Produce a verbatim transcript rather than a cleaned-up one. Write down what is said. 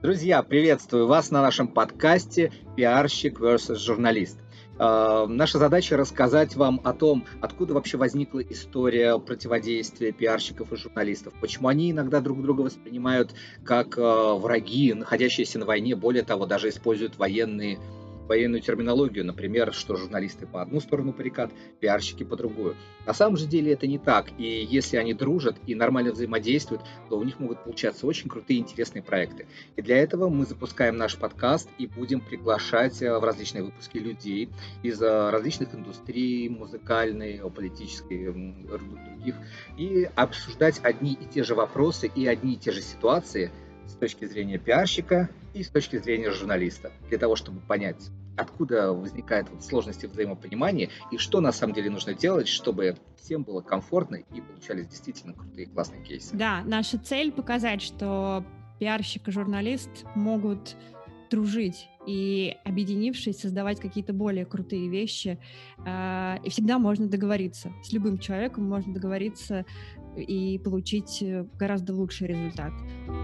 Друзья, приветствую вас на нашем подкасте «Пиарщик versus журналист». А, Наша задача рассказать вам о том, откуда вообще возникла история противодействия пиарщиков и журналистов, почему они иногда друг друга воспринимают как а, враги, находящиеся на войне, более того, даже используют военные военную терминологию, например, что журналисты по одну сторону баррикад, пиарщики по другую. На самом же деле это не так, и если они дружат и нормально взаимодействуют, то у них могут получаться очень крутые и интересные проекты. И для этого мы запускаем наш подкаст и будем приглашать э, в различные выпуски людей из э, различных индустрий, музыкальной, э, политической, м, других, и обсуждать одни и те же вопросы и одни и те же ситуации с точки зрения пиарщика и с точки зрения журналиста, для того, чтобы понять, откуда возникают вот сложности взаимопонимания и что на самом деле нужно делать, чтобы всем было комфортно и получались действительно крутые классные кейсы. Да, наша цель показать, что пиарщик и журналист могут дружить и, объединившись, создавать какие-то более крутые вещи. А, И всегда можно договориться. С любым человеком можно договориться и получить э, гораздо лучший результат.